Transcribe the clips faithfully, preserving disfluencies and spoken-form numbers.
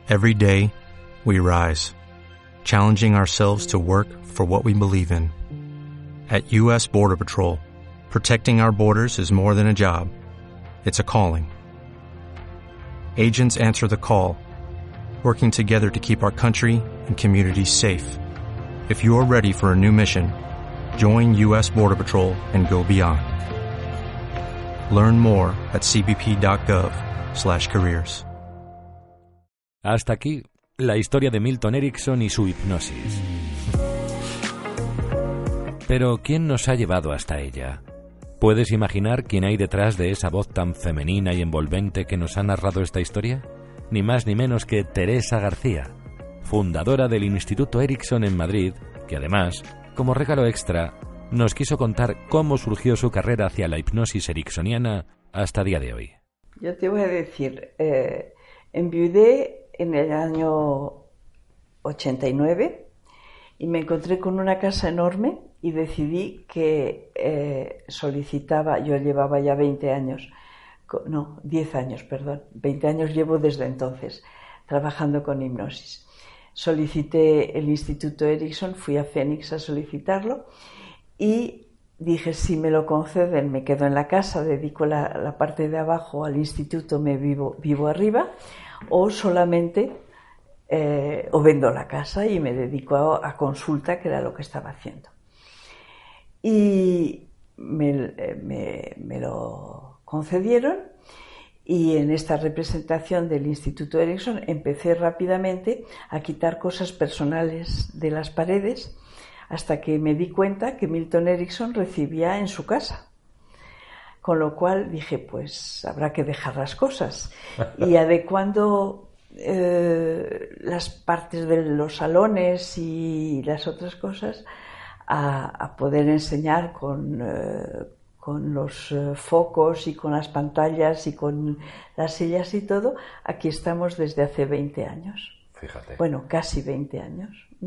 Every day, we rise, challenging ourselves to work for what we believe in. At U S Border Patrol, protecting our borders is more than a job. It's a calling. Agents answer the call, working together to keep our country and communities safe. If you're ready for a new mission, join U S Border Patrol and go beyond. Learn more at cbp.gov slash careers. Hasta aquí la historia de Milton Erickson y su hipnosis. Pero ¿quién nos ha llevado hasta ella? ¿Puedes imaginar quién hay detrás de esa voz tan femenina y envolvente que nos ha narrado esta historia? Ni más ni menos que Teresa García, fundadora del Instituto Erickson en Madrid, que además, como regalo extra, nos quiso contar cómo surgió su carrera hacia la hipnosis ericksoniana hasta día de hoy. Yo te voy a decir, eh, enviudé en el año ochenta y nueve y me encontré con una casa enorme y decidí que eh, solicitaba, yo llevaba ya veinte años, no, diez años, perdón, veinte años llevo desde entonces trabajando con hipnosis. Solicité el Instituto Erickson, fui a Phoenix a solicitarlo y dije, si me lo conceden, me quedo en la casa, dedico la, la parte de abajo al instituto, me vivo, vivo arriba, o solamente eh, o vendo la casa y me dedico a, a consulta, que era lo que estaba haciendo. Y me, me, me lo concedieron y en esta representación del Instituto Erickson empecé rápidamente a quitar cosas personales de las paredes hasta que me di cuenta que Milton Erickson recibía en su casa. Con lo cual dije, pues habrá que dejar las cosas. Y adecuando eh, las partes de los salones y las otras cosas a, a poder enseñar con, eh, con los eh, focos y con las pantallas y con las sillas y todo, aquí estamos desde hace veinte años. Fíjate. Bueno, casi veinte años. ¿Mm?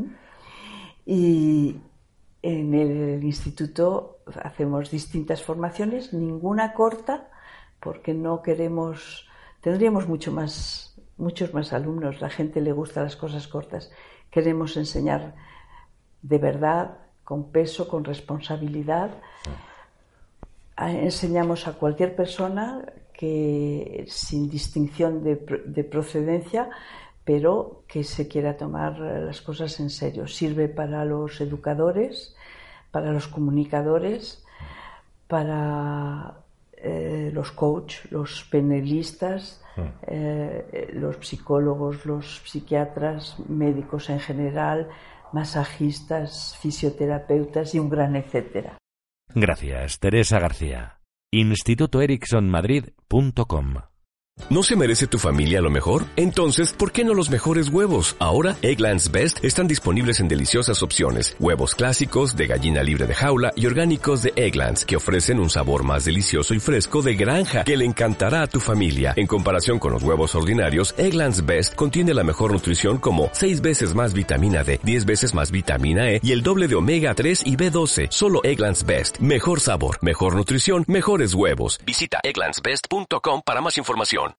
Y en el instituto hacemos distintas formaciones, ninguna corta, porque no queremos, tendríamos mucho más, muchos más alumnos, la gente le gusta las cosas cortas, queremos enseñar de verdad, con peso, con responsabilidad. Enseñamos a cualquier persona que sin distinción de, de procedencia, pero que se quiera tomar las cosas en serio. Sirve para los educadores, para los comunicadores, para eh, los coaches, los panelistas, eh, los psicólogos, los psiquiatras, médicos en general, masajistas, fisioterapeutas y un gran etcétera. Gracias, Teresa García. instituto erickson madrid punto com. ¿No se merece tu familia lo mejor? Entonces, ¿por qué no los mejores huevos? Ahora, Eggland's Best están disponibles en deliciosas opciones. Huevos clásicos, de gallina libre de jaula y orgánicos de Eggland's, que ofrecen un sabor más delicioso y fresco de granja que le encantará a tu familia. En comparación con los huevos ordinarios, Eggland's Best contiene la mejor nutrición como seis veces más vitamina D, diez veces más vitamina E y el doble de omega tres y B doce. Solo Eggland's Best. Mejor sabor, mejor nutrición, mejores huevos. Visita egglands best punto com para más información.